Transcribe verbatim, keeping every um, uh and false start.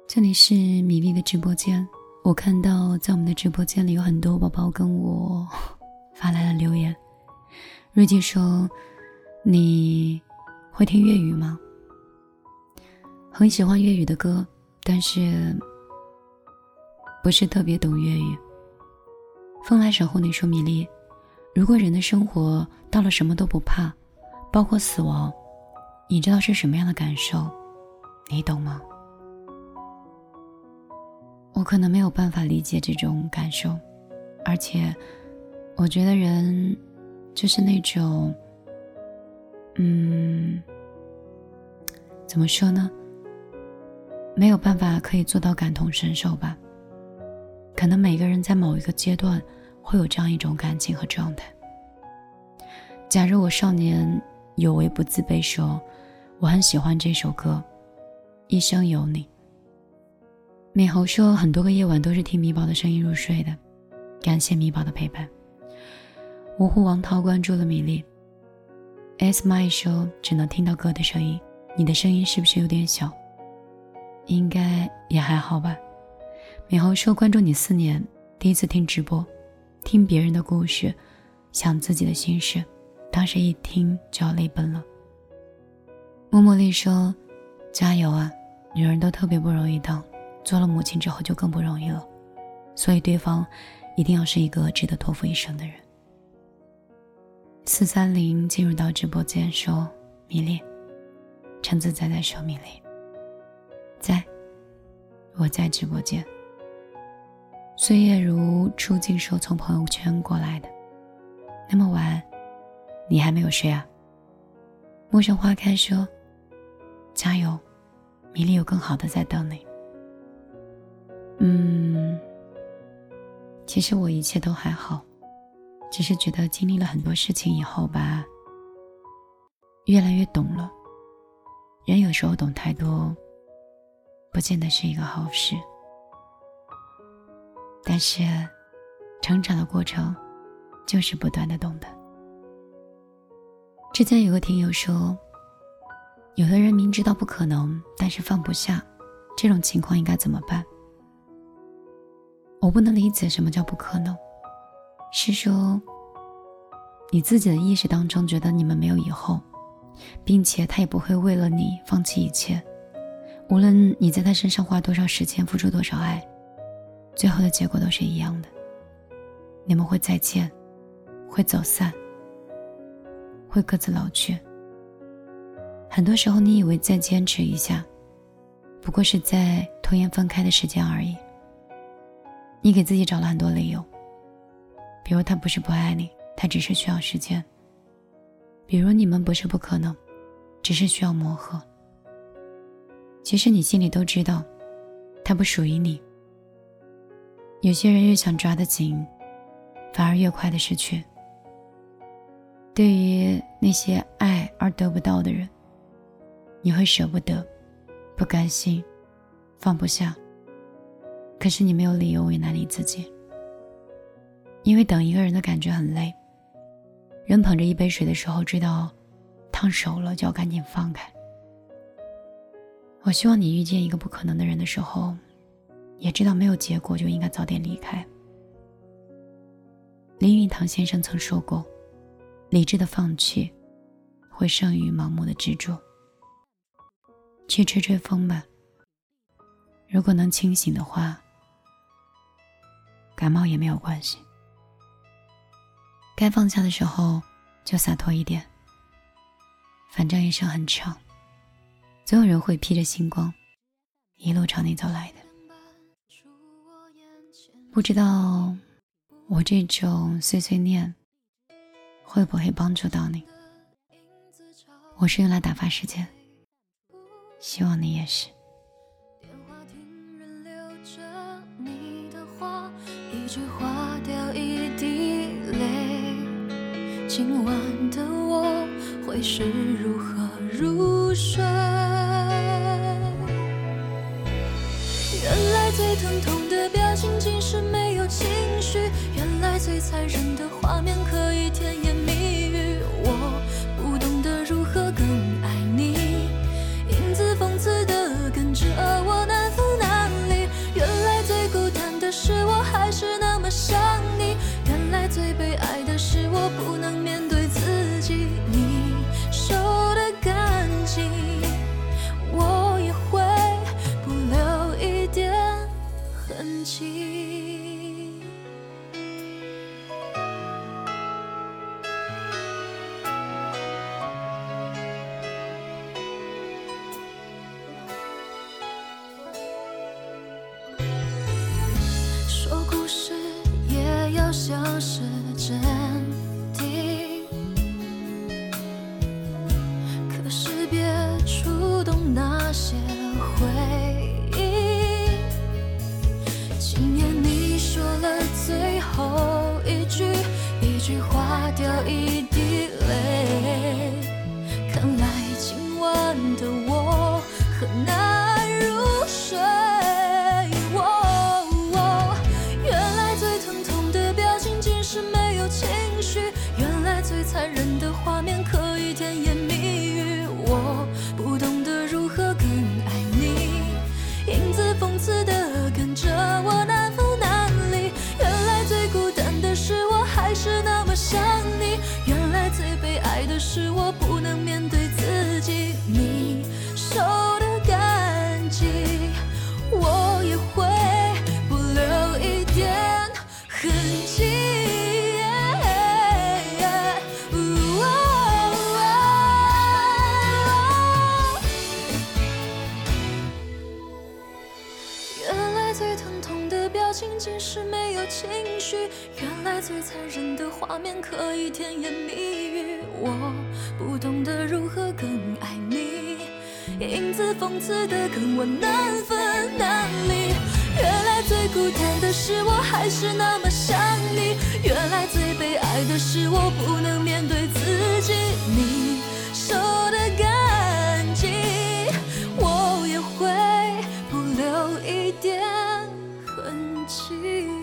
这里是米粒的直播间，我看到在我们的直播间里有很多宝宝跟我发来了留言。瑞吉说，你会听粤语吗？很喜欢粤语的歌，但是不是特别懂粤语。风来守候你说，米粒，如果人的生活到了什么都不怕，包括死亡，你知道是什么样的感受？你懂吗？我可能没有办法理解这种感受，而且我觉得人就是那种嗯怎么说呢，没有办法可以做到感同身受吧。可能每个人在某一个阶段会有这样一种感情和状态。假如我少年有为不自卑说，我很喜欢这首歌一生有你。美猴说，很多个夜晚都是听米宝的声音入睡的，感谢米宝的陪伴。芜湖王涛关注了米粒。 S M I 说，只能听到歌的声音，你的声音是不是有点小？应该也还好吧。美猴说，关注你四年，第一次听直播，听别人的故事，想自己的心事，当时一听就要泪奔了。默默丽说，加油啊，女人都特别不容易当，做了母亲之后就更不容易了，所以对方一定要是一个值得托付一生的人。四三零进入到直播间说，米粒，橙子仔仔说，米粒在，我在直播间。岁月如初经说，从朋友圈过来的，那么晚你还没有睡啊？陌生花开说，加油，米粒有更好的在等你。嗯，其实我一切都还好，只是觉得经历了很多事情以后吧，越来越懂了，人有时候懂太多不见得是一个好事，但是成长的过程就是不断的懂得。之前有个听友说，有的人明知道不可能，但是放不下，这种情况应该怎么办？我不能理解什么叫不可能，是说你自己的意识当中觉得你们没有以后，并且他也不会为了你放弃一切，无论你在他身上花多少时间，付出多少爱，最后的结果都是一样的，你们会再见，会走散，会各自老去。很多时候你以为再坚持一下，不过是在拖延分开的时间而已。你给自己找了很多理由，比如他不是不爱你，他只是需要时间，比如你们不是不可能，只是需要磨合。其实你心里都知道他不属于你。有些人越想抓得紧，反而越快的失去。对于那些爱而得不到的人，你会舍不得，不甘心，放不下，可是你没有理由为难你自己。因为等一个人的感觉很累，人捧着一杯水的时候知道烫手了就要赶紧放开。我希望你遇见一个不可能的人的时候，也知道没有结果就应该早点离开。林语堂先生曾说过，理智的放弃会胜于盲目的执着。去吹吹风吧，如果能清醒的话，感冒也没有关系。该放下的时候就洒脱一点，反正一生很长，总有人会披着星光一路朝你走来的。不知道我这种碎碎念会不会帮助到你？我是用来打发时间，希望你也是。 电话亭人留着你的话，一句话掉一滴泪，今晚的我会是如何入睡？原来最疼痛的表情竟是没有情绪，原来最残忍的画面可以甜言蜜语，我不懂得如何更爱你，影子讽刺的跟着我难分难今晚的我很难入睡。哦哦，原来最疼痛的表情竟是没有情绪，原来最残忍的画面可以甜言蜜语。我不懂得如何更爱你，影子讽刺的跟着我难分难离。原来最孤单的是我还是那么想你，原来最被爱的是我不能面对自己。你受的感激，我也会不留一点痕迹。原来最疼痛的表情竟是没有情绪，原来最残忍的画面可以甜言蜜语。我不懂得如何更爱你，影子讽刺的跟我难分难离。原来最孤单的是我还是那么想你，原来最被爱的是我不能面对自己。你受的感激，我也会不留一点痕迹。